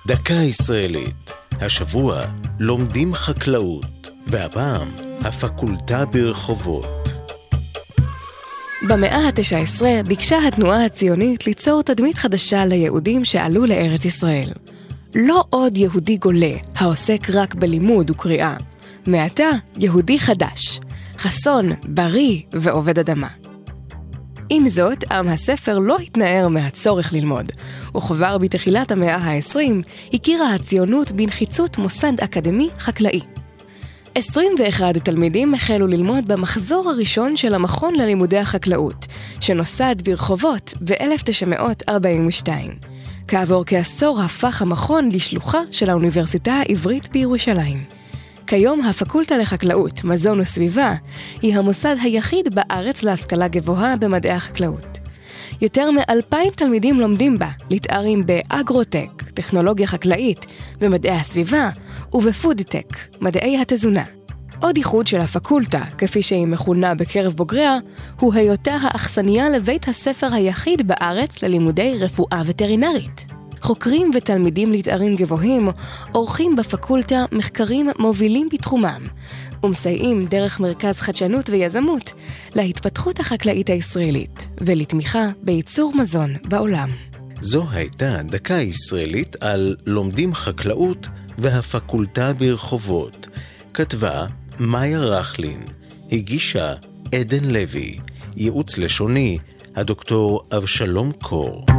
דקה ישראלית. השבוע לומדים חקלאות, והפעם הפקולטה ברחובות. במאה ה-19 ביקשה התנועה הציונית ליצור תדמית חדשה ליהודים שעלו לארץ ישראל. לא עוד יהודי גולה, העוסק רק בלימוד וקריאה. מעתה יהודי חדש, חסון, בריא ועובד אדמה. עם זאת, עם הספר לא התנער מהצורך ללמוד, וכבר בתחילת המאה ה-20 הכירה הציונות בנחיצות מוסד אקדמי חקלאי. 21 תלמידים החלו ללמוד במחזור הראשון של המכון ללימודי החקלאות, שנוסד ברחובות ב-1942. כעבור כעשור הפך המכון לשלוחה של האוניברסיטה העברית בירושלים. כיום הפקולטה לחקלאות, מזון וסביבה היא המוסד היחיד בארץ להשכלה גבוהה במדעי החקלאות. יותר מ-2,000 תלמידים לומדים בה, לתארים באגרוטק, טכנולוגיה חקלאית, במדעי הסביבה ובפודטק, מדעי התזונה. עוד ייחוד של הפקולטה, כפי שהיא מכונה בקרב בוגריה, הוא היותה האכסניה לבית הספר היחיד בארץ ללימודי רפואה וטרינרית. חוקרים ותלמידים לתארים גבוהים עורכים בפקולטה מחקרים מובילים בתחומם, ומסייעים דרך מרכז חדשנות ויזמות להתפתחות החקלאית הישראלית ולתמיכה בייצור מזון בעולם. זו הייתה דקה ישראלית על לומדים חקלאות והפקולטה ברחובות. כתבה מאיה רחלין, הגישה עדן לוי, ייעוץ לשוני הדוקטור אבשלום קור.